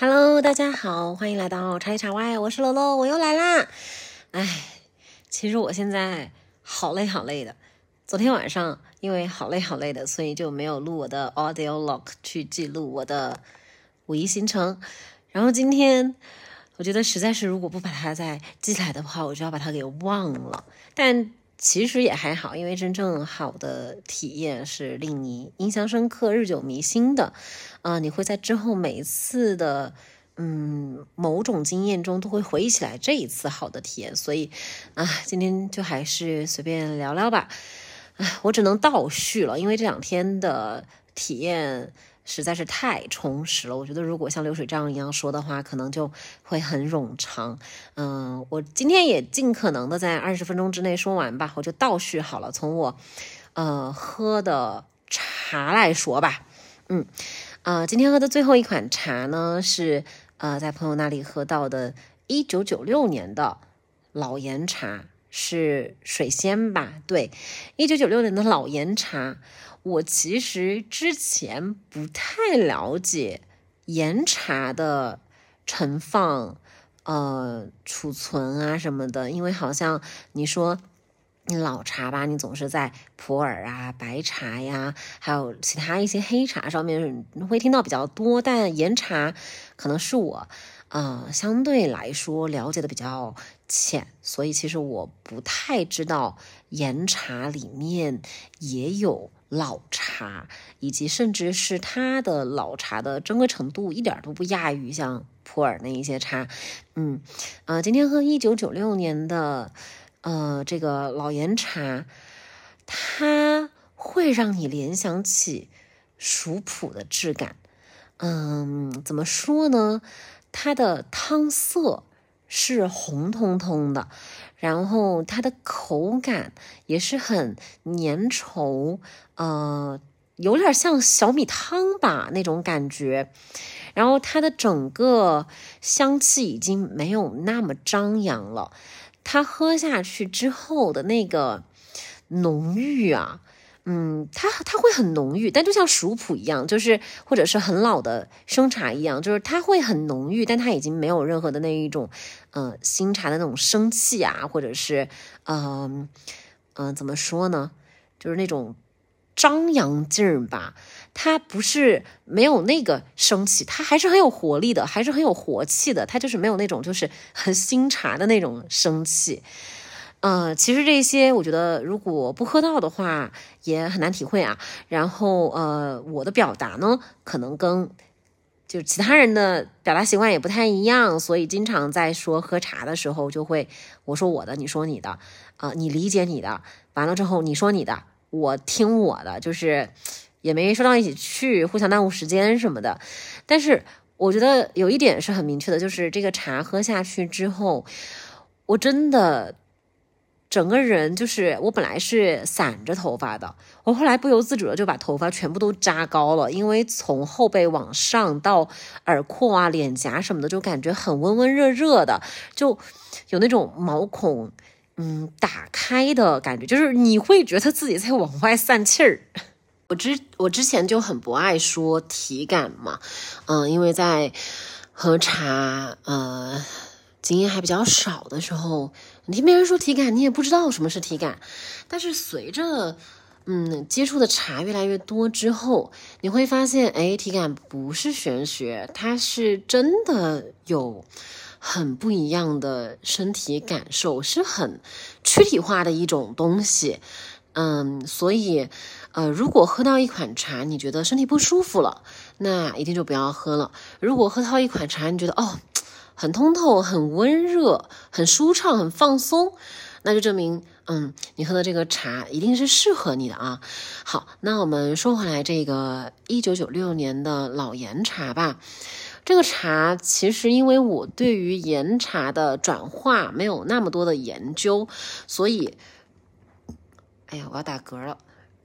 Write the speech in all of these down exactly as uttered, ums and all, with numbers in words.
Hello， 大家好，欢迎来到茶里茶外，我是楼楼，我又来啦。哎，其实我现在好累好累的。昨天晚上因为好累好累的，所以就没有录我的 audio log 去记录我的五一行程。然后今天我觉得实在是如果不把它再记下来的话，我就要把它给忘了。但其实也还好，因为真正好的体验是令你印象深刻、日久弥新的。呃，你会在之后每一次的嗯某种经验中都会回忆起来这一次好的体验。所以啊，今天就还是随便聊聊吧。啊，我只能倒叙了，因为这两天的体验实在是太充实了。我觉得如果像流水账一样说的话，可能就会很冗长。嗯，我今天也尽可能的在二十分钟之内说完吧，我就倒叙好了。从我呃喝的茶来说吧，嗯，呃，今天喝的最后一款茶呢是呃在朋友那里喝到的一九九六年的老岩茶。是水仙吧？对，一九九六年的老岩茶。我其实之前不太了解岩茶的盛放、呃储存啊什么的，因为好像你说老茶吧，你总是在普洱啊、白茶呀，还有其他一些黑茶上面会听到比较多，但岩茶可能是我呃相对来说了解的比较浅，所以其实我不太知道岩茶里面也有老茶，以及甚至是它的老茶的珍贵程度一点都不亚于像普洱那一些茶。嗯，呃，今天喝一九九六年的呃这个老岩茶，它会让你联想起蜀朴的质感。嗯，怎么说呢？它的汤色是红彤彤的，然后它的口感也是很粘稠，呃，有点像小米汤吧那种感觉。然后它的整个香气已经没有那么张扬了，它喝下去之后的那个浓郁啊。嗯，它它会很浓郁，但就像蜀朴一样，就是或者是很老的生茶一样，就是它会很浓郁，但它已经没有任何的那一种，呃，新茶的那种生气啊，或者是，嗯、呃，嗯、呃，怎么说呢，就是那种张扬劲儿吧。它不是没有那个生气，它还是很有活力的，还是很有活气的，它就是没有那种就是很新茶的那种生气。呃，其实这些我觉得如果不喝到的话也很难体会啊。然后呃，我的表达呢可能跟就是其他人的表达习惯也不太一样，所以经常在说喝茶的时候就会我说我的，你说你的，呃，你理解你的，完了之后你说你的，我听我的，就是也没说到一起去，互相耽误时间什么的。但是我觉得有一点是很明确的，就是这个茶喝下去之后，我真的整个人就是我本来是散着头发的，我后来不由自主的就把头发全部都扎高了，因为从后背往上到耳廓啊、脸颊什么的，就感觉很温温热热的，就有那种毛孔嗯打开的感觉，就是你会觉得自己在往外散气儿。我之我之前就很不爱说体感嘛，嗯、呃，因为在喝茶呃经验还比较少的时候，你听别人说体感，你也不知道什么是体感。但是随着嗯接触的茶越来越多之后，你会发现，哎，体感不是玄学，它是真的有很不一样的身体感受，是很躯体化的一种东西。嗯，所以呃，如果喝到一款茶你觉得身体不舒服了，那一定就不要喝了。如果喝到一款茶你觉得哦很通透、很温热、很舒畅、很放松，那就证明嗯你喝的这个茶一定是适合你的啊。好，那我们说回来这个一九九六年的老岩茶吧。这个茶其实因为我对于岩茶的转化没有那么多的研究，所以哎呀我要打嗝了，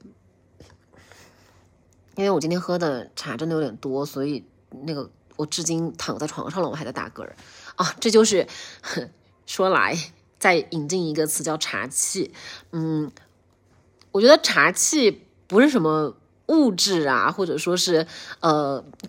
因为我今天喝的茶真的有点多，所以那个我至今躺在床上了我还在打嗝啊。这就是说来再引进一个词叫茶气。嗯，我觉得茶气不是什么物质啊，或者说是呃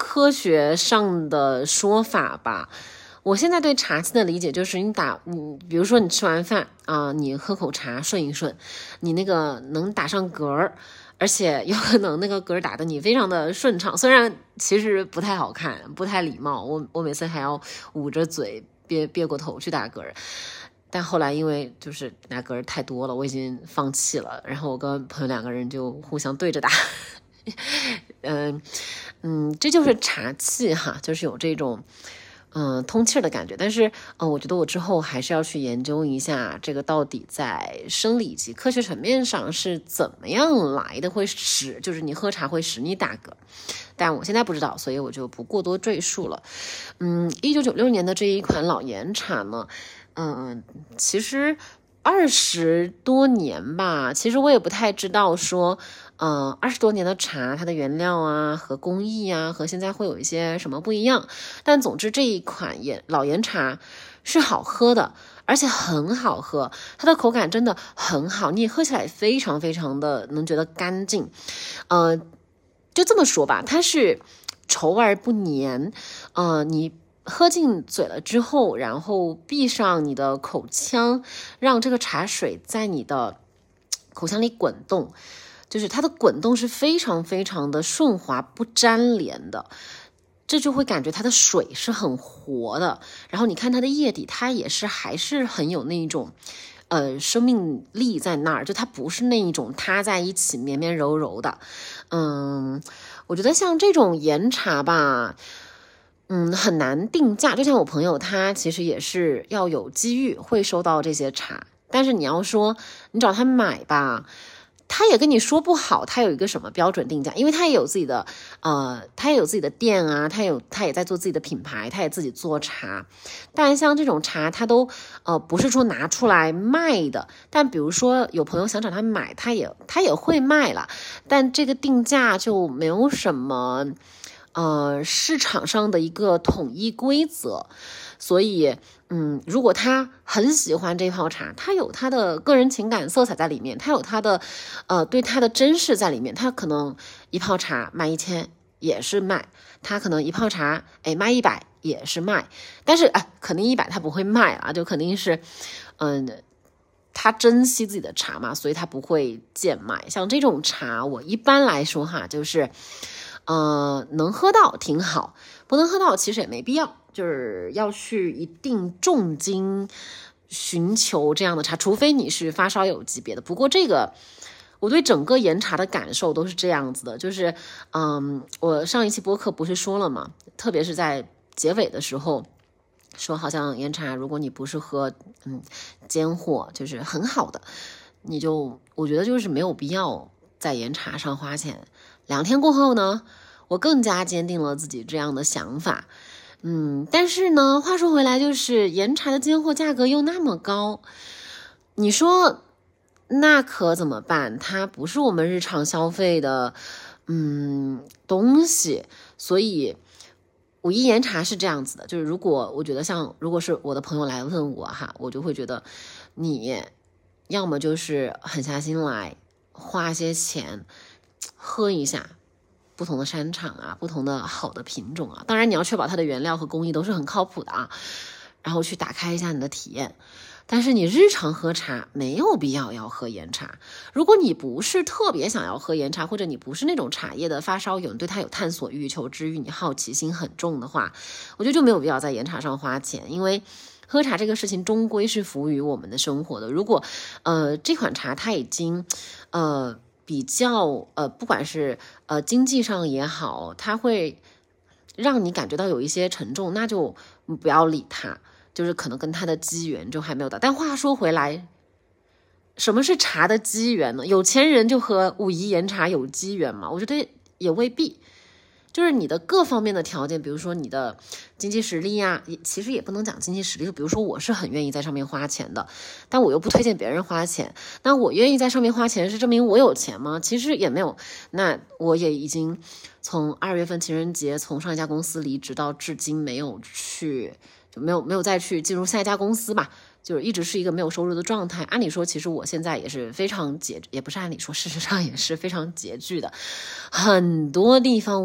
科学上的说法吧。我现在对茶气的理解就是，你打，你比如说你吃完饭啊、呃，你喝口茶顺一顺，你那个能打上嗝儿，而且有可能那个嗝打得你非常的顺畅，虽然其实不太好看，不太礼貌，我我每次还要捂着嘴憋憋过头去打嗝，但后来因为就是打嗝太多了，我已经放弃了，然后我跟朋友两个人就互相对着打。嗯嗯，这就是茶气哈，就是有这种嗯，通气的感觉，但是，嗯、呃，我觉得我之后还是要去研究一下这个到底在生理及科学层面上是怎么样来的，会使就是你喝茶会使你打嗝，但我现在不知道，所以我就不过多赘述了。嗯，一九九六年的这一款老岩茶呢，嗯，其实二十多年吧，其实我也不太知道说。呃，二十多年的茶，它的原料啊和工艺啊和现在会有一些什么不一样，但总之这一款岩老岩茶是好喝的，而且很好喝，它的口感真的很好，你喝起来非常非常的能觉得干净。呃，就这么说吧，它是稠而不黏，呃，你喝进嘴了之后，然后闭上你的口腔，让这个茶水在你的口腔里滚动。就是它的滚动是非常非常的顺滑不粘连的，这就会感觉它的水是很活的，然后你看它的叶底，它也是还是很有那种呃生命力在那儿，就它不是那一种塌在一起绵绵柔柔的。嗯，我觉得像这种岩茶吧，嗯，很难定价，就像我朋友他其实也是要有机遇会收到这些茶，但是你要说你找他买吧，他也跟你说不好，他有一个什么标准定价，因为他也有自己的，呃，他也有自己的店啊，他有他也在做自己的品牌，他也自己做茶。但像这种茶，他都呃不是说拿出来卖的。但比如说有朋友想找他买，他也他也会卖了，但这个定价就没有什么呃市场上的一个统一规则，所以。嗯，如果他很喜欢这泡茶，他有他的个人情感色彩在里面，他有他的，呃，对他的珍视在里面，他可能一泡茶卖一千也是卖，他可能一泡茶，哎，卖一百也是卖，但是哎，肯定一百他不会卖啊，就肯定是，嗯，他珍惜自己的茶嘛，所以他不会贱卖。像这种茶，我一般来说哈，就是，呃，能喝到挺好，不能喝到其实也没必要。就是要去一定重金寻求这样的茶，除非你是发烧友级别的。不过这个我对整个岩茶的感受都是这样子的，就是嗯，我上一期播客不是说了吗？特别是在结尾的时候说，好像岩茶如果你不是喝嗯尖货，就是很好的，你就我觉得就是没有必要在岩茶上花钱。两天过后呢，我更加坚定了自己这样的想法。嗯，但是呢，话说回来，就是岩茶的尖货价格又那么高，你说那可怎么办？它不是我们日常消费的嗯东西，所以武夷岩茶是这样子的，就是如果我觉得像如果是我的朋友来问我哈，我就会觉得你要么就是狠下心来花些钱喝一下。不同的山场啊，不同的好的品种啊，当然你要确保它的原料和工艺都是很靠谱的啊，然后去打开一下你的体验。但是你日常喝茶没有必要要喝岩茶，如果你不是特别想要喝岩茶，或者你不是那种茶叶的发烧友，你对它有探索欲、求知欲，你好奇心很重的话，我觉得就没有必要在岩茶上花钱，因为喝茶这个事情终归是服务于我们的生活的。如果呃这款茶它已经呃比较呃，不管是呃经济上也好，它会让你感觉到有一些沉重，那就不要理它，就是可能跟它的机缘就还没有到。但话说回来，什么是茶的机缘呢？有钱人就和武夷岩茶有机缘吗？我觉得也未必。就是你的各方面的条件，比如说你的经济实力呀、啊，其实也不能讲经济实力。就比如说我是很愿意在上面花钱的，但我又不推荐别人花钱。那我愿意在上面花钱，是证明我有钱吗？其实也没有。那我也已经从二月份情人节从上一家公司离职到至今没有去，就没有没有再去进入下一家公司吧。就是一直是一个没有收入的状态。按理说，其实我现在也是非常拮，也不是按理说，事实上也是非常拮据的。很多地方我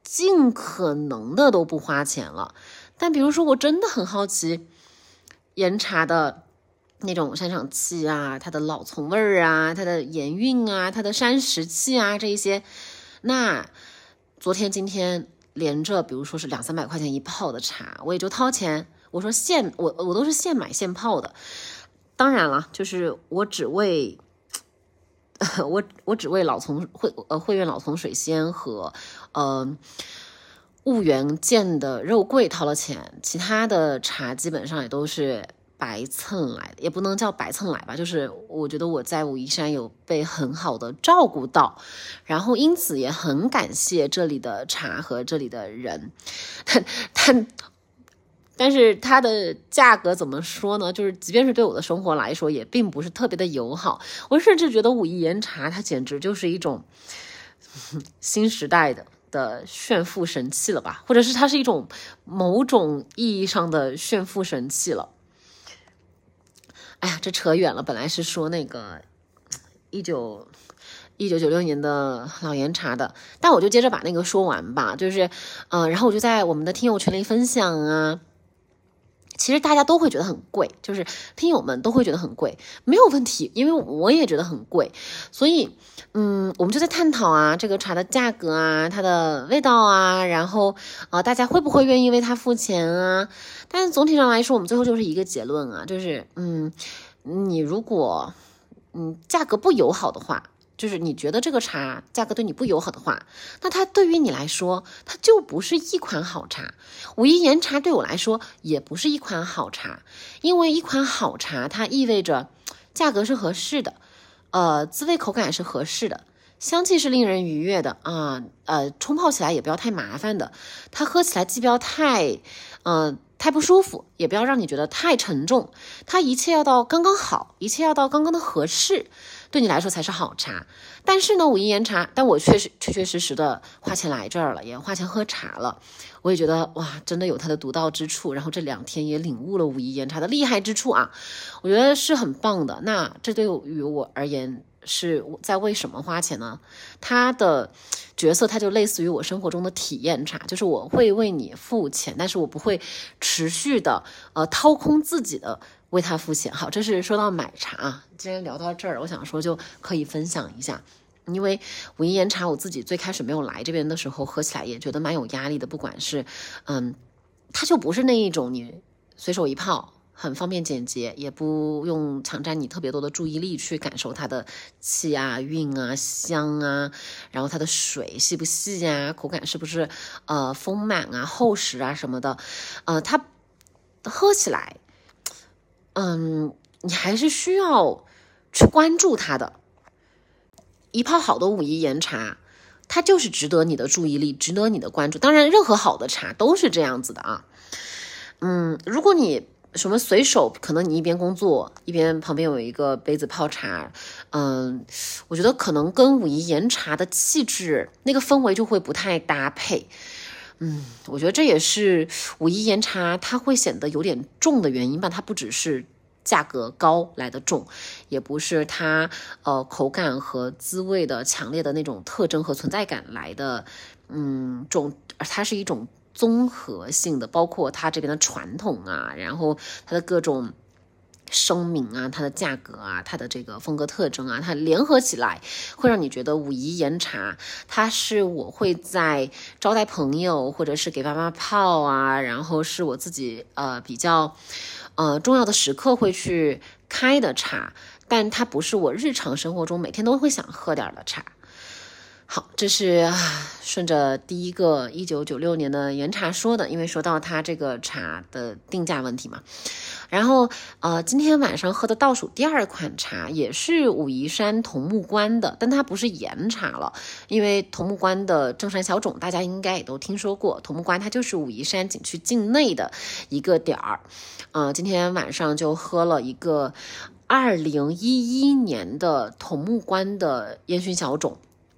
尽可能的都不花钱了。但比如说我真的很好奇岩茶的那种山场气啊，它的老丛味儿啊，它的盐韵啊，它的山石气啊，这一些，那昨天今天连着比如说是两三百块钱一泡的茶，我也就掏钱，我说现我我都是现买现泡的。当然了，就是我只为我我只为老丛汇呃汇苑老丛水仙和呃婺源见的肉桂掏了钱，其他的茶基本上也都是白蹭来的，也不能叫白蹭来吧，就是我觉得我在武夷山有被很好的照顾到，然后因此也很感谢这里的茶和这里的人。但但但是它的价格怎么说呢，就是即便是对我的生活来说也并不是特别的友好。我甚至觉得武夷岩茶它简直就是一种新时代的的炫富神器了吧，或者是它是一种某种意义上的炫富神器了。哎呀，这扯远了，本来是说那个一九一九九六年的老岩茶的，但我就接着把那个说完吧，就是呃，然后我就在我们的听友群里分享啊。其实大家都会觉得很贵，就是听友们都会觉得很贵，没有问题，因为我也觉得很贵，所以嗯，我们就在探讨啊，这个茶的价格啊，它的味道啊，然后呃，大家会不会愿意为它付钱啊？但是总体上来说，我们最后就是一个结论啊，就是嗯，你如果嗯价格不友好的话，就是你觉得这个茶价格对你不友好的话，那它对于你来说它就不是一款好茶。武夷岩茶对我来说也不是一款好茶，因为一款好茶它意味着价格是合适的，呃，滋味口感是合适的，香气是令人愉悦的啊，呃，冲泡起来也不要太麻烦的，它喝起来既不要太呃太不舒服，也不要让你觉得太沉重，它一切要到刚刚好，一切要到刚刚的合适，对你来说才是好茶。但是呢，武夷岩茶，但我确实确确实实的花钱来这儿了，也花钱喝茶了，我也觉得哇，真的有它的独到之处。然后这两天也领悟了武夷岩茶的厉害之处啊，我觉得是很棒的。那这对于我而言是在为什么花钱呢？它的角色它就类似于我生活中的体验茶，就是我会为你付钱，但是我不会持续的呃掏空自己的为它付钱。好，这是说到买茶啊，既然聊到这儿，我想说就可以分享一下。因为武夷岩茶我自己最开始没有来这边的时候喝起来也觉得蛮有压力的，不管是嗯，它就不是那一种你随手一泡很方便简洁，也不用抢占你特别多的注意力去感受它的气啊、韵啊、香啊，然后它的水细不细啊，口感是不是呃丰满啊、厚实啊什么的，呃，它喝起来，嗯，你还是需要去关注它的。一泡好的武夷岩茶，它就是值得你的注意力，值得你的关注。当然，任何好的茶都是这样子的啊。嗯，如果你什么随手，可能你一边工作一边旁边有一个杯子泡茶，嗯，我觉得可能跟武夷岩茶的气质那个氛围就会不太搭配。嗯，我觉得这也是武夷岩茶它会显得有点重的原因吧，它不只是价格高来的重，也不是它呃口感和滋味的强烈的那种特征和存在感来的嗯重，它是一种综合性的，包括它这边的传统啊，然后它的各种声明啊，它的价格啊，它的这个风格特征啊，它联合起来会让你觉得武夷岩茶它是我会在招待朋友或者是给爸妈泡啊，然后是我自己呃比较呃重要的时刻会去开的茶，但它不是我日常生活中每天都会想喝点的茶。好，这是顺着第一个一九九六年的岩茶说的，因为说到它这个茶的定价问题嘛。然后呃，今天晚上喝的倒数第二款茶也是武夷山桐木关的，但它不是岩茶了，因为桐木关的正山小种大家应该也都听说过，桐木关它就是武夷山景区境内的一个点儿。呃，今天晚上就喝了一个二零一一年的桐木关的烟熏小种。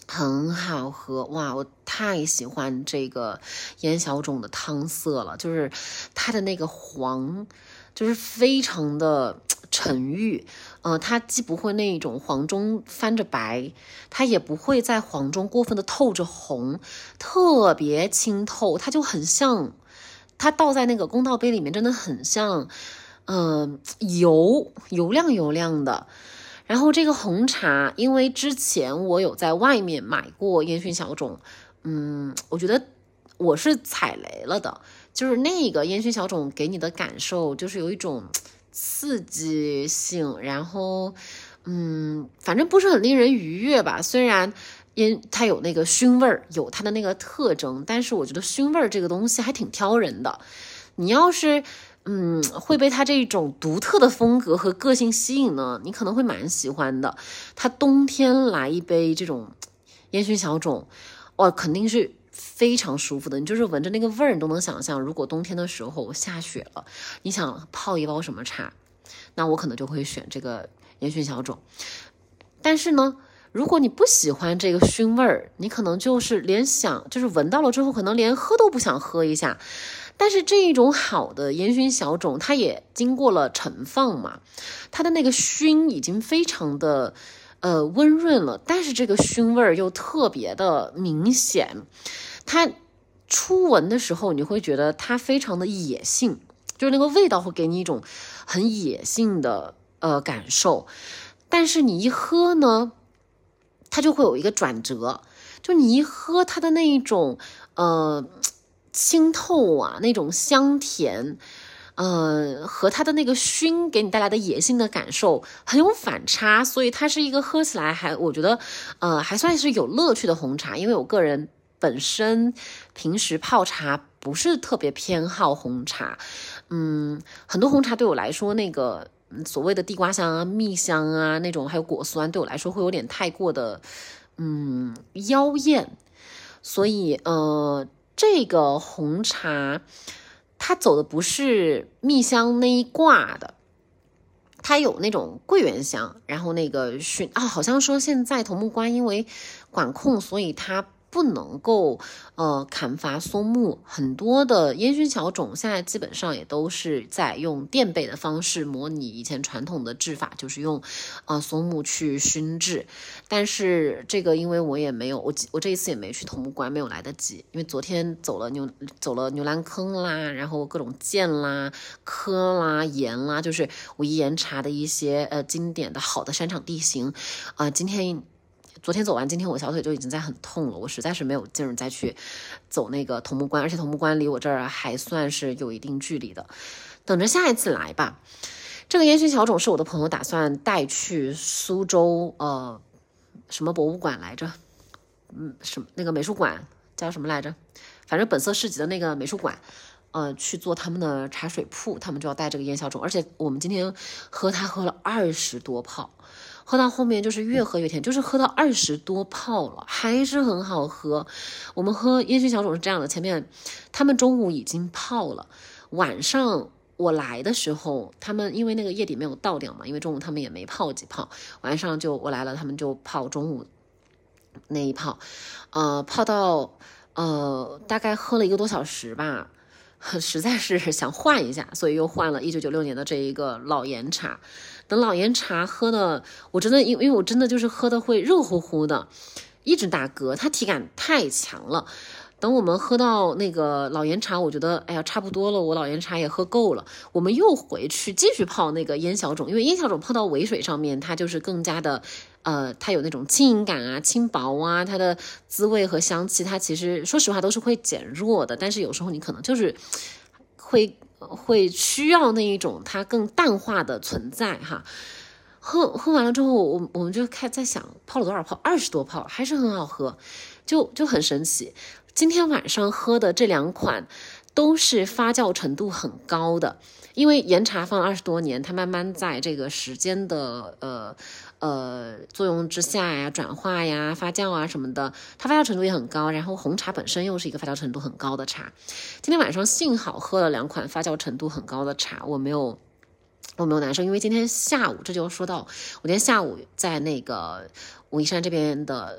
很好喝哇！我太喜欢这个烟小种的汤色了，就是它的那个黄，就是非常的沉郁，呃，它既不会那种黄中翻着白，它也不会在黄中过分的透着红，特别清透，它就很像，它倒在那个公道杯里面，真的很像，嗯、呃，油油亮油亮的。然后这个红茶，因为之前我有在外面买过烟熏小种，嗯，我觉得我是踩雷了的，就是那个烟熏小种给你的感受就是有一种刺激性，然后嗯，反正不是很令人愉悦吧。虽然烟它有那个熏味儿，有它的那个特征，但是我觉得熏味儿这个东西还挺挑人的。你要是嗯，会被它这种独特的风格和个性吸引呢，你可能会蛮喜欢的。它冬天来一杯这种烟熏小种，哇，肯定是非常舒服的。你就是闻着那个味儿，你都能想象，如果冬天的时候下雪了，你想泡一包什么茶，那我可能就会选这个烟熏小种。但是呢，如果你不喜欢这个熏味儿，你可能就是连想，就是闻到了之后，可能连喝都不想喝一下。但是这一种好的烟熏小种，它也经过了陈放嘛，它的那个熏已经非常的呃温润了，但是这个熏味又特别的明显。它初闻的时候，你会觉得它非常的野性，就是那个味道会给你一种很野性的呃感受。但是你一喝呢，它就会有一个转折，就你一喝它的那一种呃。清透啊，那种香甜，呃，和它的那个熏给你带来的野性的感受很有反差，所以它是一个喝起来还我觉得，呃，还算是有乐趣的红茶。因为我个人本身平时泡茶不是特别偏好红茶，嗯，很多红茶对我来说，那个所谓的地瓜香啊、蜜香啊那种，还有果酸，对我来说会有点太过的，嗯，妖艳，所以呃。这个红茶它走的不是蜜香那一挂的，它有那种桂圆香，然后那个熏啊，好像说现在桐木关因为管控，所以它不能够呃砍伐松木，很多的烟熏小种现在基本上也都是在用电焙的方式模拟以前传统的制法，就是用呃松木去熏制。但是这个因为我也没有我我这一次也没去桐木关，没有来得及，因为昨天走了牛走了牛栏坑啦，然后各种涧啦、科啦、岩啦，就是武夷岩茶的一些呃经典的好的山场地形啊、呃，今天。昨天走完，今天我小腿就已经在很痛了，我实在是没有劲儿再去走那个桐木关，而且桐木关离我这儿还算是有一定距离的，等着下一次来吧。这个烟熏小种是我的朋友打算带去苏州呃什么博物馆来着，嗯，什么那个美术馆叫什么来着，反正本色市集的那个美术馆呃，去做他们的茶水铺，他们就要带这个烟小种，而且我们今天喝它喝了二十多泡，喝到后面就是越喝越甜，就是喝到二十多泡了，还是很好喝。我们喝烟熏小种是这样的，前面他们中午已经泡了，晚上我来的时候，他们因为那个液体没有倒掉嘛，因为中午他们也没泡几泡，晚上就我来了，他们就泡中午那一泡，呃，泡到呃大概喝了一个多小时吧。实在是想换一下，所以又换了一九九六年的这一个老岩茶。等老岩茶喝的，我真的因为因为我真的就是喝的会热乎乎的，一直打嗝，它体感太强了。等我们喝到那个老岩茶，我觉得哎呀差不多了，我老岩茶也喝够了，我们又回去继续泡那个烟小种，因为烟小种泡到尾水上面，它就是更加的呃，它有那种轻盈感啊、轻薄啊，它的滋味和香气，它其实说实话都是会减弱的，但是有时候你可能就是会会需要那一种它更淡化的存在哈。喝喝完了之后，我我们就开在想泡了多少泡，二十多泡，还是很好喝，就就很神奇。今天晚上喝的这两款都是发酵程度很高的，因为岩茶放了二十多年，它慢慢在这个时间的呃呃作用之下呀、转化呀、发酵啊什么的，它发酵程度也很高。然后红茶本身又是一个发酵程度很高的茶，今天晚上幸好喝了两款发酵程度很高的茶，我没有。我没有难受，因为今天下午这就说到，我今天下午在那个武夷山这边的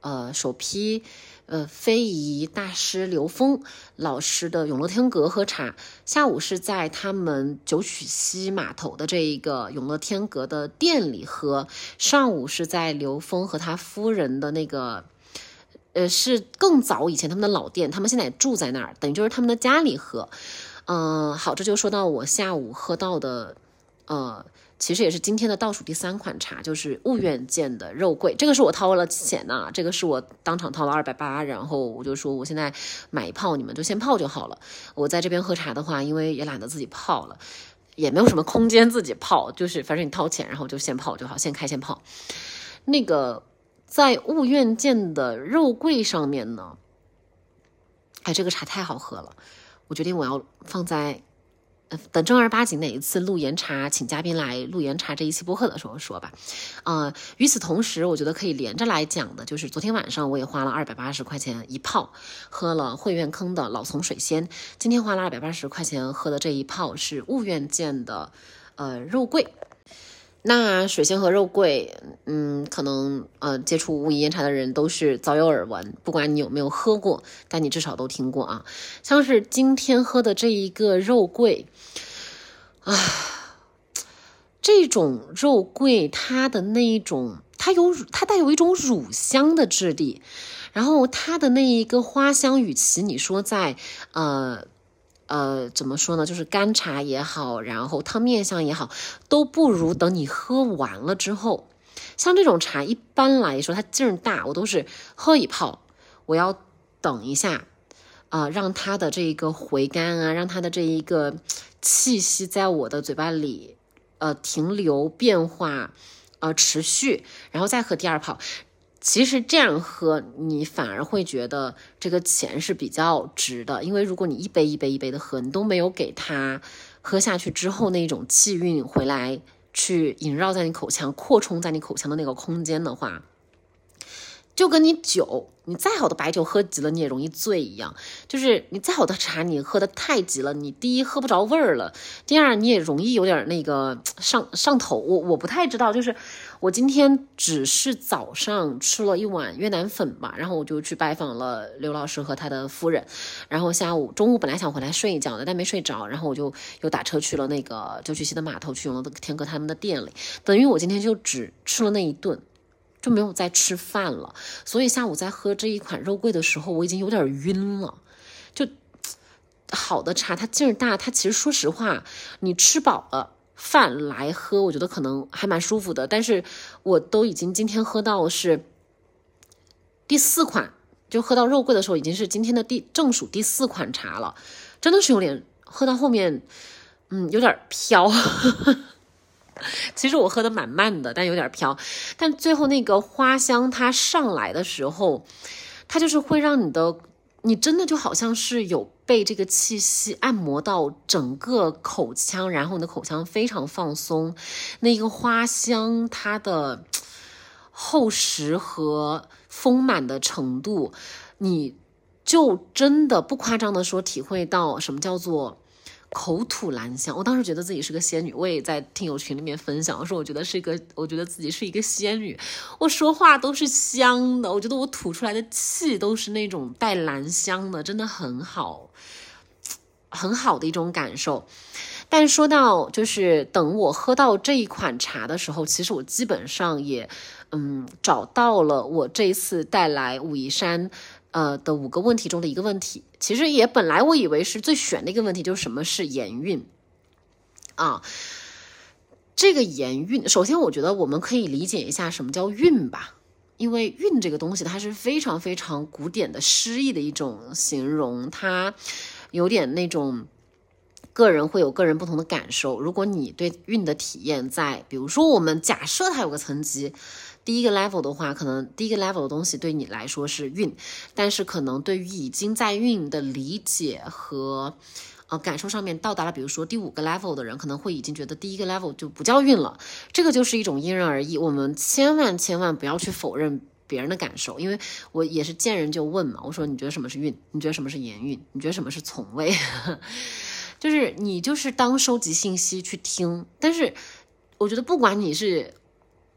呃首批呃非遗大师刘峰老师的永乐天阁喝茶，下午是在他们九曲溪码头的这一个永乐天阁的店里喝，上午是在刘峰和他夫人的那个呃是更早以前他们的老店，他们现在也住在那儿，等于就是他们的家里喝。嗯、呃，好，这就说到我下午喝到的呃其实也是今天的倒数第三款茶，就是悟苑见的肉桂，这个是我掏了钱呐、啊，这个是我当场掏了二百八，然后我就说我现在买一泡，你们就先泡就好了。我在这边喝茶的话，因为也懒得自己泡了，也没有什么空间自己泡，就是反正你掏钱，然后就先泡就好，先开先泡。那个在悟苑见的肉桂上面呢，哎，这个茶太好喝了，我决定我要放在。等正儿八经哪一次录研茶，请嘉宾来录研茶这一期播客的时候说吧。呃，与此同时，我觉得可以连着来讲的，就是昨天晚上我也花了二百八十块钱一泡，喝了汇苑坑的老丛水仙。今天花了二百八十块钱喝的这一泡是悟苑见的呃肉桂。那水仙和肉桂，嗯，可能呃接触武夷岩茶的人都是早有耳闻，不管你有没有喝过，但你至少都听过啊。像是今天喝的这一个肉桂，啊，这种肉桂它的那一种，它有它带有一种乳香的质地，然后它的那一个花香，与其你说在呃。呃，怎么说呢？就是干茶也好，然后汤面香也好，都不如等你喝完了之后。像这种茶，一般来说它劲儿大，我都是喝一泡，我要等一下，啊、呃，让它的这一个回甘啊，让它的这一个气息在我的嘴巴里，呃，停留、变化，呃，持续，然后再喝第二泡。其实这样喝，你反而会觉得这个钱是比较值的，因为如果你一杯一杯一杯的喝，你都没有给它喝下去之后那种气韵回来，去萦绕在你口腔、扩充在你口腔的那个空间的话，就跟你酒，你再好的白酒喝急了你也容易醉一样，就是你再好的茶你喝的太急了，你第一喝不着味儿了，第二你也容易有点那个上上头。我我不太知道，就是我今天只是早上吃了一碗越南粉吧，然后我就去拜访了刘老师和他的夫人，然后下午中午本来想回来睡一觉的，但没睡着，然后我就又打车去了那个九曲溪的码头，去永乐天阁他们的店里，等于我今天就只吃了那一顿，就没有再吃饭了，所以下午在喝这一款肉桂的时候，我已经有点晕了。就好的茶，它劲儿大，它其实说实话，你吃饱了饭来喝，我觉得可能还蛮舒服的。但是我都已经今天喝到是第四款，就喝到肉桂的时候，已经是今天的第正数第四款茶了，真的是有点喝到后面，嗯，有点飘。其实我喝的蛮慢的，但有点飘，但最后那个花香它上来的时候，它就是会让你的，你真的就好像是有被这个气息按摩到整个口腔，然后你的口腔非常放松，那个花香它的厚实和丰满的程度，你就真的不夸张的说体会到什么叫做口吐兰香。我当时觉得自己是个仙女，我也在听友群里面分享，说我觉得是一个，我觉得自己是一个仙女，我说话都是香的，我觉得我吐出来的气都是那种带兰香的，真的很好，很好的一种感受。但说到就是等我喝到这一款茶的时候，其实我基本上也嗯找到了我这一次带来武夷山呃的五个问题中的一个问题。其实也本来我以为是最玄的一个问题，就是什么是盐韵啊。这个盐韵，首先我觉得我们可以理解一下什么叫韵吧，因为韵这个东西它是非常非常古典的诗意的一种形容，它有点那种个人会有个人不同的感受。如果你对韵的体验在，比如说我们假设它有个层级，第一个 level 的话，可能第一个 level 的东西对你来说是韵，但是可能对于已经在韵的理解和呃感受上面到达了比如说第五个 level 的人，可能会已经觉得第一个 level 就不叫韵了。这个就是一种因人而异，我们千万千万不要去否认别人的感受，因为我也是见人就问嘛，我说你觉得什么是韵？你觉得什么是盐韵？你觉得什么是从味？就是你就是当收集信息去听，但是我觉得不管你是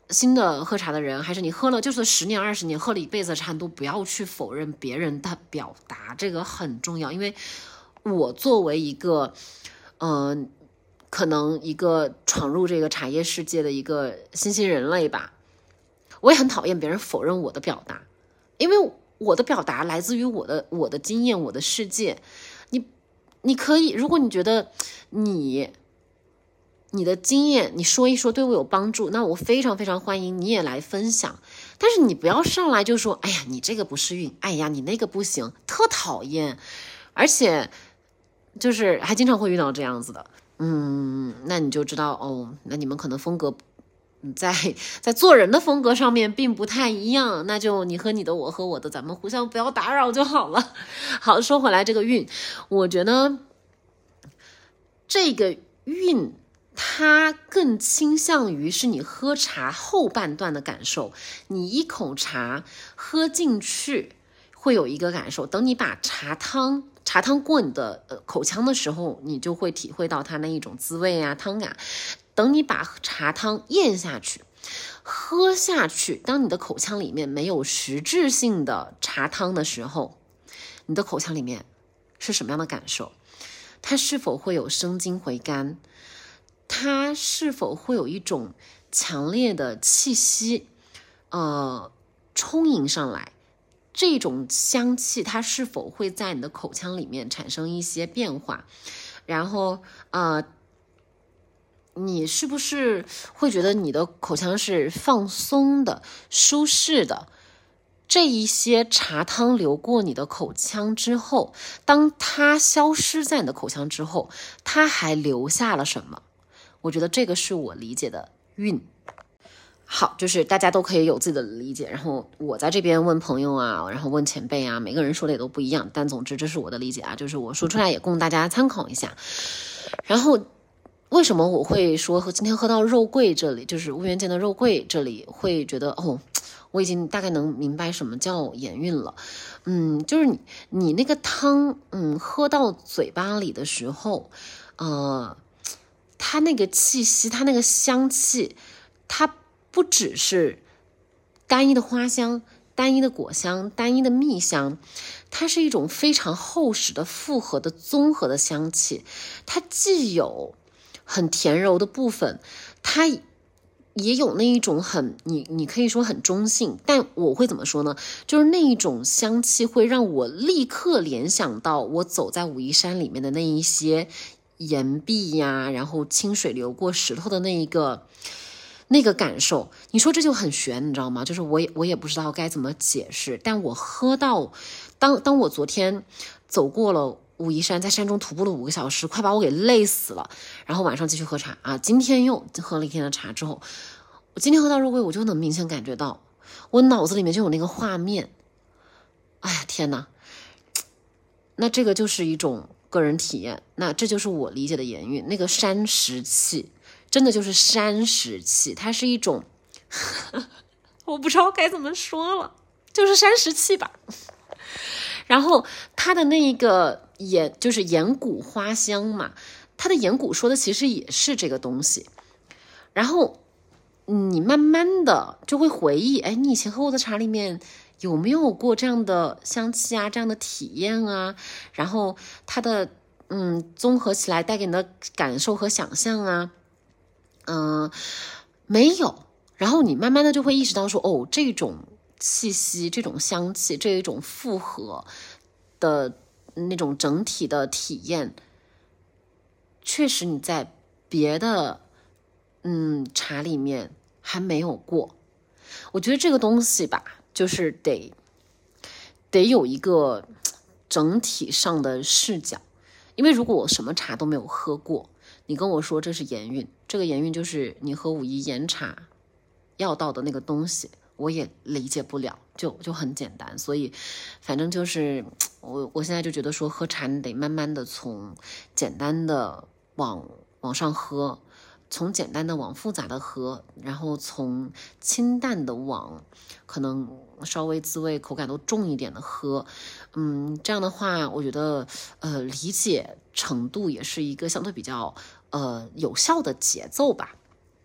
新的喝茶的人，还是你喝了就是十年二十年喝了一辈子的茶，都不要去否认别人的表达，这个很重要。因为我作为一个嗯、呃，可能一个闯入这个茶叶世界的一个新兴人类吧，我也很讨厌别人否认我的表达，因为我的表达来自于我的我的经验，我的世界。你你可以，如果你觉得你你的经验你说一说对我有帮助，那我非常非常欢迎你也来分享。但是你不要上来就说，哎呀你这个不是运，哎呀你那个不行，特讨厌。而且就是还经常会遇到这样子的，嗯，那你就知道哦，那你们可能风格在在做人的风格上面并不太一样，那就你和你的，我和我的，咱们互相不要打扰就好了。好，说回来这个运，我觉得这个运它更倾向于是你喝茶后半段的感受，你一口茶喝进去会有一个感受，等你把茶汤茶汤过你的、呃、口腔的时候，你就会体会到它那一种滋味啊，汤感。等你把茶汤咽下去喝下去，当你的口腔里面没有实质性的茶汤的时候，你的口腔里面是什么样的感受？它是否会有生津回甘？它是否会有一种强烈的气息呃，充盈上来？这种香气它是否会在你的口腔里面产生一些变化？然后呃你是不是会觉得你的口腔是放松的、舒适的？这一些茶汤流过你的口腔之后，当它消失在你的口腔之后，它还留下了什么？我觉得这个是我理解的韵。好，就是大家都可以有自己的理解，然后我在这边问朋友啊，然后问前辈啊，每个人说的也都不一样，但总之这是我的理解啊，就是我说出来也供大家参考一下。然后为什么我会说和今天喝到肉桂这里，就是乌源见的肉桂这里，会觉得哦，我已经大概能明白什么叫盐韵了。嗯，就是你你那个汤，嗯，喝到嘴巴里的时候，呃，它那个气息，它那个香气，它不只是单一的花香、单一的果香、单一的蜜香，它是一种非常厚实的、复合的、综合的香气。它既有很甜柔的部分，它也有那一种很你你可以说很中性，但我会怎么说呢？就是那一种香气会让我立刻联想到我走在武夷山里面的那一些岩壁呀，然后清水流过石头的那一个那个感受。你说这就很玄，你知道吗？就是我也我也不知道该怎么解释，但我喝到当当我昨天走过了武夷山，在山中徒步了五个小时，快把我给累死了。然后晚上继续喝茶啊，今天又喝了一天的茶之后，我今天喝到肉桂，我就能明显感觉到，我脑子里面就有那个画面。哎呀天哪！那这个就是一种个人体验，那这就是我理解的盐韵，那个山石气，真的就是山石气，它是一种我不知道该怎么说了，就是山石气吧。然后它的那个岩就是岩谷花香嘛，它的岩谷说的其实也是这个东西。然后你慢慢的就会回忆，哎，你以前喝过的茶里面有没有过这样的香气啊，这样的体验啊？然后它的嗯综合起来带给你的感受和想象啊，嗯、呃，没有。然后你慢慢的就会意识到说，哦，这种气息，这种香气，这一种复合的那种整体的体验，确实你在别的嗯茶里面还没有过。我觉得这个东西吧，就是得得有一个整体上的视角。因为如果我什么茶都没有喝过，你跟我说这是盐韵，这个盐韵就是你喝武夷岩茶要到的那个东西，我也理解不了，就就很简单。所以反正就是我我现在就觉得说，喝茶你得慢慢的从简单的往往上喝，从简单的往复杂的喝，然后从清淡的往可能稍微滋味口感都重一点的喝。嗯，这样的话我觉得呃理解程度也是一个相对比较呃有效的节奏吧。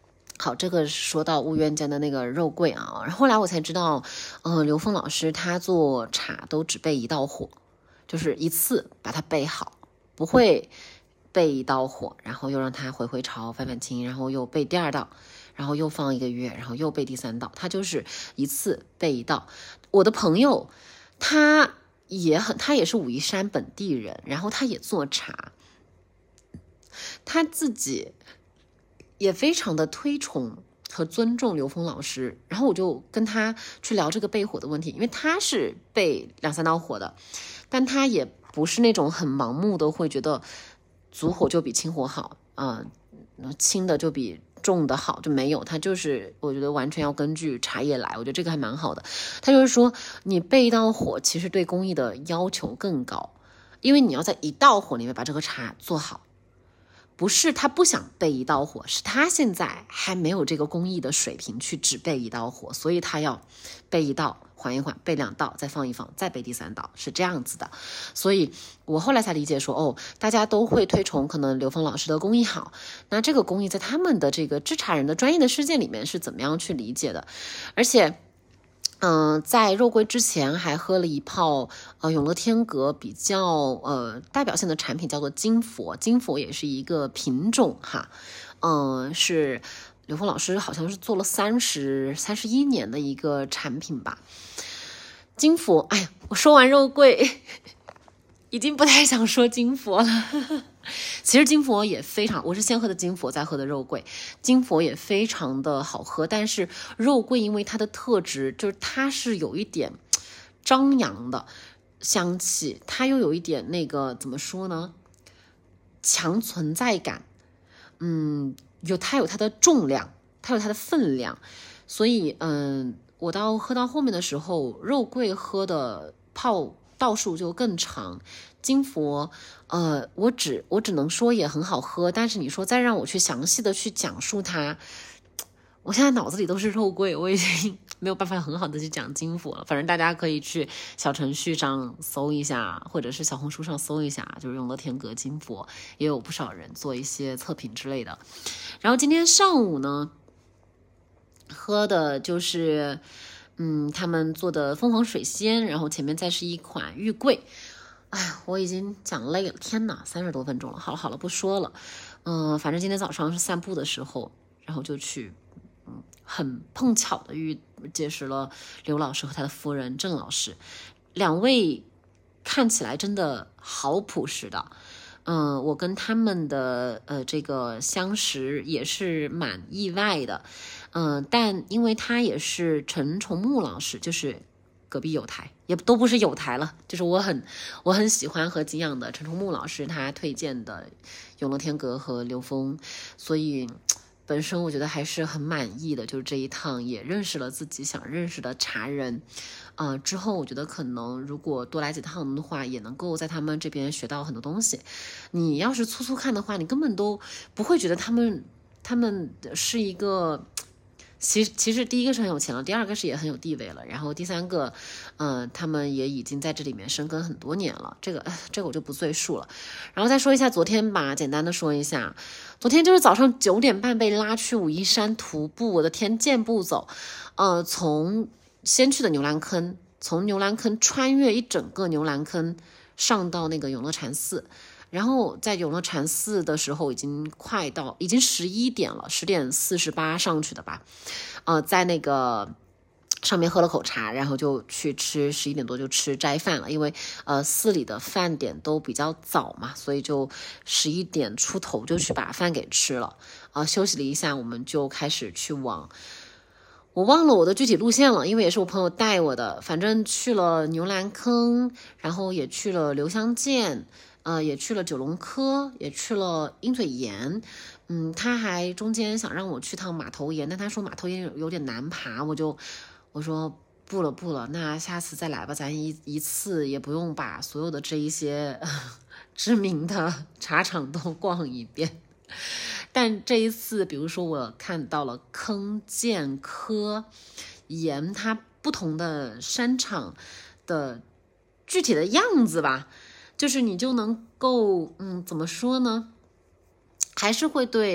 好，这个说到乌苑间的那个肉桂啊，后来我才知道，呃，刘峰老师他做茶都只备一道火，就是一次把它备好，不会备一道火，然后又让它回回潮、翻翻青，然后又备第二道，然后又放一个月，然后又备第三道，他就是一次备一道。我的朋友他也很，他也是武夷山本地人，然后他也做茶，他自己也非常的推崇和尊重刘峰老师，然后我就跟他去聊这个备火的问题，因为他是备两三道火的，但他也不是那种很盲目的会觉得足火就比轻火好啊、呃，轻的就比重的好，就没有，他就是我觉得完全要根据茶叶来，我觉得这个还蛮好的。他就是说你备一道火其实对工艺的要求更高，因为你要在一道火里面把这个茶做好，不是他不想备一道火，是他现在还没有这个工艺的水平去只备一道火，所以他要备一道缓一缓，备两道再放一放，再备第三道，是这样子的。所以我后来才理解说，哦，大家都会推崇可能刘峰老师的工艺好，那这个工艺在他们的这个制茶人的专业的世界里面是怎么样去理解的。而且嗯、呃，在肉桂之前还喝了一泡呃永乐天阁比较呃代表性的产品，叫做金佛。金佛也是一个品种哈，嗯、呃，是刘峰老师好像是做了三十三十一年的一个产品吧。金佛，哎呀，我说完肉桂，已经不太想说金佛了。其实金佛也非常，我是先喝的金佛再喝的肉桂，金佛也非常的好喝，但是肉桂因为它的特质就是它是有一点张扬的香气，它又有一点那个怎么说呢，强存在感，嗯，有它有它的重量，它有它的分量，所以嗯，我到喝到后面的时候，肉桂喝的泡道数就更长。金佛，呃，我只我只能说也很好喝，但是你说再让我去详细的去讲述它，我现在脑子里都是肉桂，我已经没有办法很好的去讲金佛了。反正大家可以去小程序上搜一下，或者是小红书上搜一下，就是永乐天阁金佛，也有不少人做一些测评之类的。然后今天上午呢，喝的就是嗯他们做的凤凰水仙，然后前面再是一款玉桂。哎呀，我已经讲累了，天哪，三十多分钟了。好了好了，不说了。嗯、呃，反正今天早上是散步的时候，然后就去，嗯，很碰巧的遇结识了刘老师和他的夫人郑老师，两位看起来真的好朴实的。嗯、呃，我跟他们的呃这个相识也是蛮意外的。嗯、呃，但因为他也是陈崇木老师，就是隔壁有台，也都不是有台了，就是我很我很喜欢和敬仰的陈崇木老师他推荐的永乐天阁和刘峰，所以本身我觉得还是很满意的，就是这一趟也认识了自己想认识的茶人。呃，之后我觉得可能如果多来几趟的话，也能够在他们这边学到很多东西。你要是粗粗看的话，你根本都不会觉得他们他们是一个，其其实第一个是很有钱了，第二个是也很有地位了，然后第三个，呃，他们也已经在这里面深耕很多年了，这个这个我就不赘述了。然后再说一下昨天吧，简单的说一下，昨天就是早上九点半被拉去武夷山徒步，我的天，健步走，呃，从先去的牛栏坑，从牛栏坑穿越一整个牛栏坑上到那个永乐禅寺。然后在永乐禅寺的时候已经快到已经十一点了，十点四十八上去的吧，呃，在那个上面喝了口茶，然后就去吃，十一点多就吃斋饭了，因为呃寺里的饭点都比较早嘛，所以就十一点出头就去把饭给吃了，呃，休息了一下，我们就开始去往。我忘了我的具体路线了，因为也是我朋友带我的，反正去了牛栏坑，然后也去了留香涧，呃，也去了九龙科，也去了鹰嘴岩。嗯，他还中间想让我去趟马头岩，但他说马头岩有有点难爬，我就我说不了不了，那下次再来吧，咱一一次也不用把所有的这一些知名的茶厂都逛一遍。但这一次比如说我看到了坑、涧、科、岩，它不同的山场的具体的样子吧，就是你就能够嗯怎么说呢，还是会对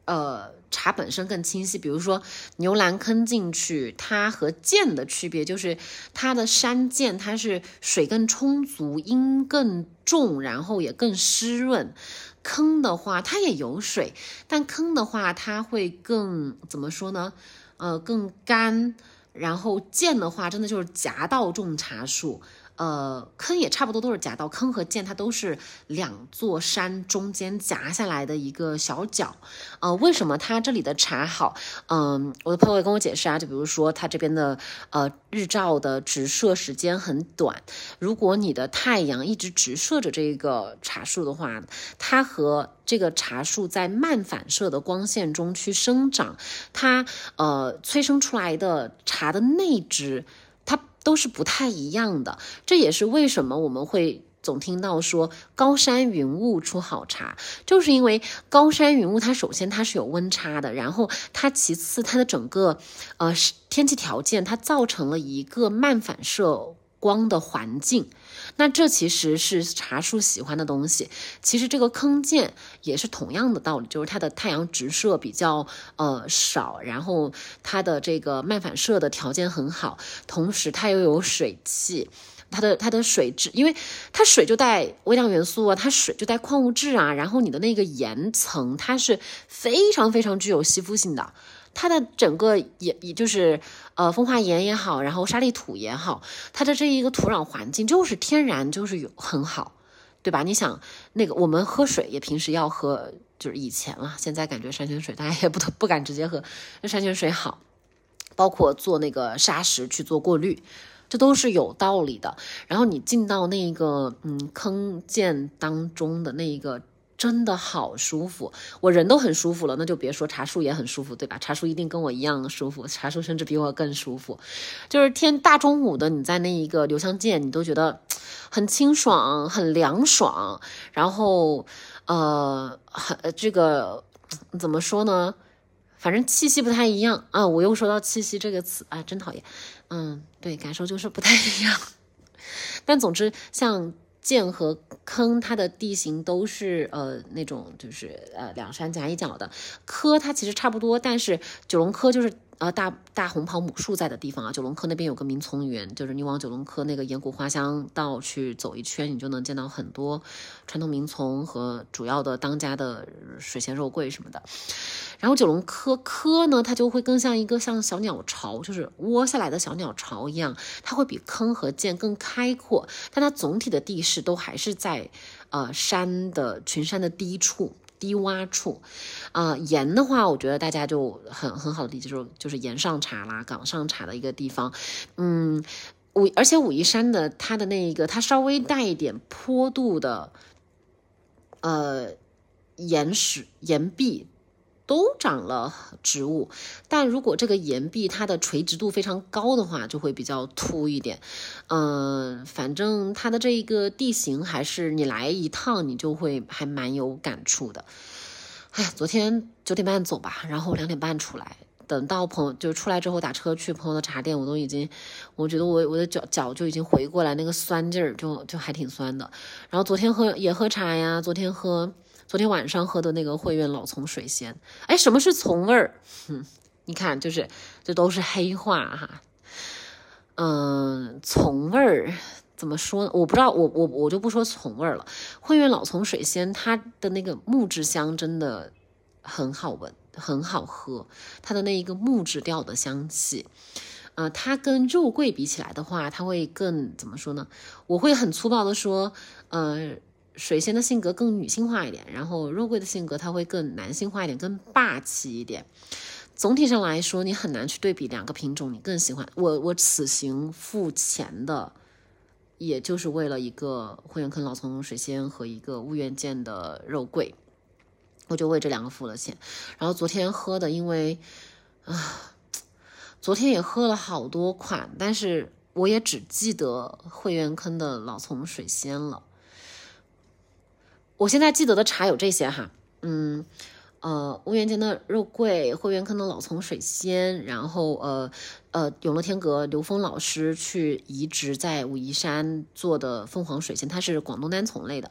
呃，茶本身更清晰。比如说牛栏坑进去，它和涧的区别就是它的山涧它是水更充足，阴更重，然后也更湿润。坑的话它也有水，但坑的话它会更怎么说呢？呃，更干。然后涧的话真的就是夹道种茶树。呃，坑也差不多都是夹道，坑和涧它都是两座山中间夹下来的一个小角。呃，为什么它这里的茶好？嗯、呃，我的朋友也跟我解释啊，就比如说它这边的呃日照的直射时间很短，如果你的太阳一直直射着这个茶树的话，它和这个茶树在慢反射的光线中去生长，它呃催生出来的茶的内质它都是不太一样的。这也是为什么我们会总听到说高山云雾出好茶，就是因为高山云雾它首先它是有温差的，然后它其次它的整个呃天气条件它造成了一个慢反射光的环境，那这其实是茶树喜欢的东西。其实这个坑涧也是同样的道理，就是它的太阳直射比较呃少，然后它的这个慢反射的条件很好，同时它又有水汽，它的它的水质，因为它水就带微量元素啊，它水就带矿物质啊，然后你的那个岩层它是非常非常具有吸附性的。它的整个也也就是呃风化岩也好，然后沙砾土也好，它的这一个土壤环境就是天然就是有很好，对吧？你想那个我们喝水也平时要喝，就是以前了，现在感觉山泉水大家也不不敢直接喝，山泉水好，包括做那个砂石去做过滤，这都是有道理的。然后你进到那个嗯坑涧当中的那一个。真的好舒服，我人都很舒服了，那就别说茶树也很舒服，对吧？茶树一定跟我一样舒服，茶树甚至比我更舒服。就是天大中午的，你在那一个留香涧，你都觉得很清爽，很凉爽。然后，呃，很这个怎么说呢？反正气息不太一样啊。我又说到气息这个词啊，真讨厌。嗯，对，感受就是不太一样。但总之，像涧和坑它的地形都是呃那种就是呃两山夹一角的，科它其实差不多，但是九龙科就是呃大大红袍母树在的地方啊。九龙科那边有个明从园，就是你往九龙科那个岩谷花香道去走一圈，你就能见到很多传统名从和主要的当家的水仙肉桂什么的。然后九龙科科呢，它就会更像一个像小鸟巢，就是窝下来的小鸟巢一样，它会比坑和涧更开阔，但它总体的地势都还是在呃山的群山的低处低洼处。啊、呃，岩的话，我觉得大家就很很好的理解，就是就是岩上茶啦、岗上茶的一个地方。嗯，武而且武夷山的它的那一个，它稍微带一点坡度的呃岩石岩壁。都长了植物，但如果这个岩壁它的垂直度非常高的话，就会比较凸一点。嗯、呃，反正它的这个地形还是你来一趟你就会还蛮有感触的。哎，昨天九点半走吧，然后两点半出来，等到朋友就出来之后打车去朋友的茶店，我都已经，我觉得我我的脚脚就已经回过来，那个酸劲儿就就还挺酸的。然后昨天喝也喝茶呀，昨天喝。昨天晚上喝的那个汇苑老丛水仙，哎，什么是丛味儿？嗯，你看，就是这都是黑话哈。嗯，丛味儿怎么说呢？我不知道，我我我就不说丛味儿了。汇苑老丛水仙，它的那个木质香真的很好闻，很好喝，它的那一个木质调的香气。呃，它跟肉桂比起来的话，它会更怎么说呢？我会很粗暴的说，呃。水仙的性格更女性化一点，然后肉桂的性格它会更男性化一点，更霸气一点。总体上来说，你很难去对比两个品种，你更喜欢我。我此行付钱的，也就是为了一个汇源坑老丛水仙和一个婺源涧的肉桂，我就为这两个付了钱。然后昨天喝的，因为啊，昨天也喝了好多款，但是我也只记得汇源坑的老丛水仙了。我现在记得的茶有这些哈，嗯，呃，婺源涧的肉桂，汇源坑的老丛水仙，然后呃呃，永乐天阁刘峰老师去移植在武夷山做的凤凰水仙，它是广东单丛类的，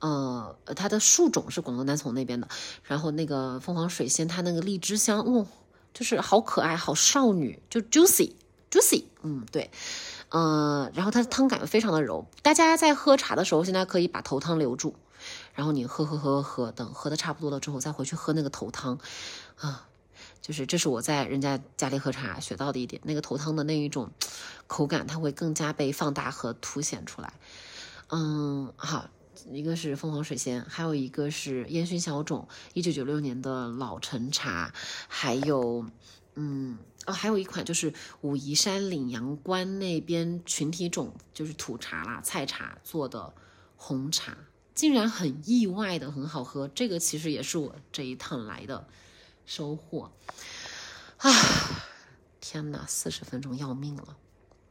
呃，它的树种是广东南从那边的，然后那个凤凰水仙，它那个荔枝香，哦，就是好可爱，好少女，就 juicy juicy， 嗯，对，呃，然后它的汤感非常的柔。大家在喝茶的时候，现在可以把头汤留住，然后你喝喝喝喝，等喝的差不多了之后，再回去喝那个头汤，啊。就是这是我在人家家里喝茶学到的一点，那个头汤的那一种口感，它会更加被放大和凸显出来。嗯，好，一个是凤凰水仙，还有一个是烟熏小种，一九九六年的老陈茶，还有嗯哦，还有一款就是武夷山岭阳关那边群体种，就是土茶啦、菜茶做的红茶，竟然很意外的很好喝，这个其实也是我这一趟来的收获啊！天哪，四十分钟要命了。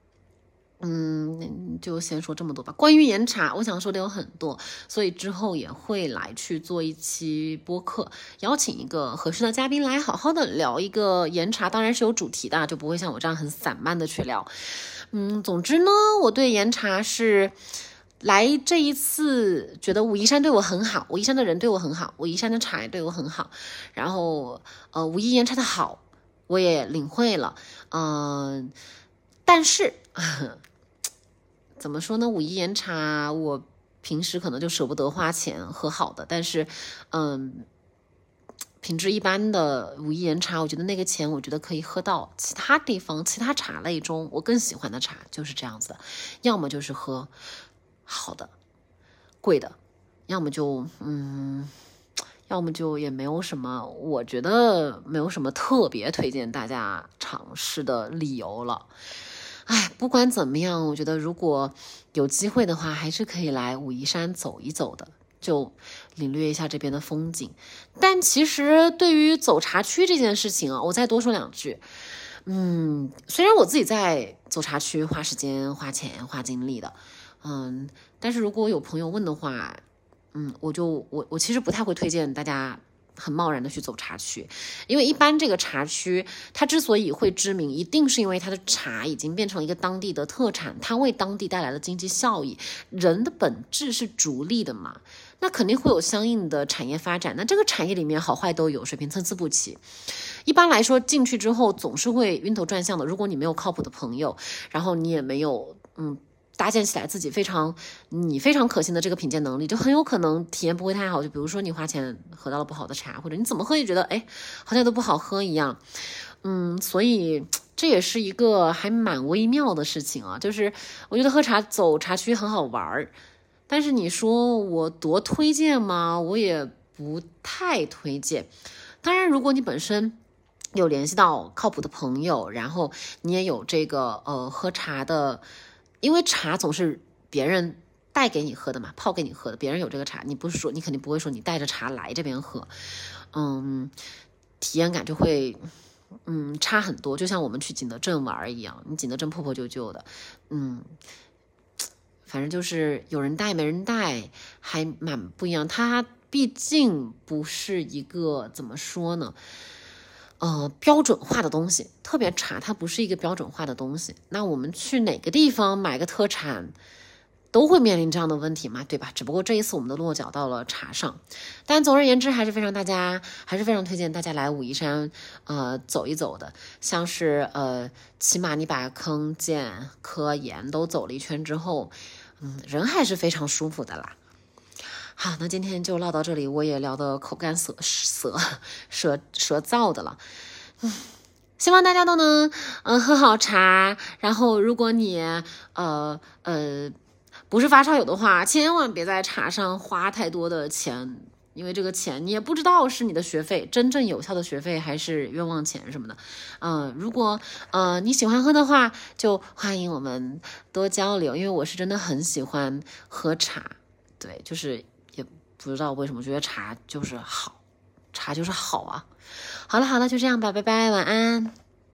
嗯，就先说这么多吧。关于岩茶，我想说的有很多，所以之后也会来去做一期播客，邀请一个合适的嘉宾来好好的聊一个岩茶，当然是有主题的，就不会像我这样很散漫的去聊。嗯，总之呢，我对岩茶是来这一次觉得武夷山对我很好，武夷山的人对我很好，武夷山的茶也对我很好，然后呃，武夷岩茶的好我也领会了，嗯、呃，但是怎么说呢？武夷岩茶我平时可能就舍不得花钱喝好的，但是嗯，品质一般的武夷岩茶，我觉得那个钱我觉得可以喝到其他地方其他茶类中我更喜欢的茶，就是这样子，要么就是喝好的贵的，要么就嗯要么就也没有什么，我觉得没有什么特别推荐大家尝试的理由了。哎，不管怎么样，我觉得如果有机会的话，还是可以来武夷山走一走的，就领略一下这边的风景。但其实对于走茶区这件事情啊，我再多说两句。嗯，虽然我自己在走茶区花时间、花钱、花精力的，嗯，但是如果有朋友问的话，嗯，我就我我其实不太会推荐大家很贸然的去走茶区，因为一般这个茶区它之所以会知名，一定是因为它的茶已经变成了一个当地的特产，它为当地带来了经济效益。人的本质是逐利的嘛，那肯定会有相应的产业发展，那这个产业里面好坏都有，水平参差不齐。一般来说进去之后总是会晕头转向的，如果你没有靠谱的朋友，然后你也没有嗯搭建起来自己非常你非常可信的这个品鉴能力，就很有可能体验不会太好。就比如说你花钱喝到了不好的茶，或者你怎么喝也觉得哎好像都不好喝一样。嗯，所以这也是一个还蛮微妙的事情啊，就是我觉得喝茶走茶区很好玩，但是你说我多推荐吗？我也不太推荐。当然如果你本身有联系到靠谱的朋友，然后你也有这个呃喝茶的，因为茶总是别人带给你喝的嘛，泡给你喝的，别人有这个茶，你不是说你肯定不会说你带着茶来这边喝，嗯，体验感就会嗯差很多，就像我们去景德镇玩一样，你景德镇破破旧旧的，嗯，反正就是有人带没人带，还蛮不一样。它毕竟不是一个怎么说呢？呃，标准化的东西，特别茶它不是一个标准化的东西。那我们去哪个地方买个特产，都会面临这样的问题嘛，对吧？只不过这一次我们的落脚到了茶上。但总而言之，还是非常大家还是非常推荐大家来武夷山呃走一走的。像是呃，起码你把坑涧、科研都走了一圈之后，嗯，人还是非常舒服的啦。好，那今天就唠到这里，我也聊得口干舌舌舌舌燥的了。嗯，希望大家都能嗯、呃、喝好茶，然后如果你呃呃不是发烧友的话，千万别在茶上花太多的钱，因为这个钱你也不知道是你的学费，真正有效的学费还是冤枉钱什么的。嗯、呃，如果呃你喜欢喝的话，就欢迎我们多交流，因为我是真的很喜欢喝茶，对，就是也不知道为什么觉得茶就是好，茶就是好啊。好了好了，就这样吧，拜拜，晚安。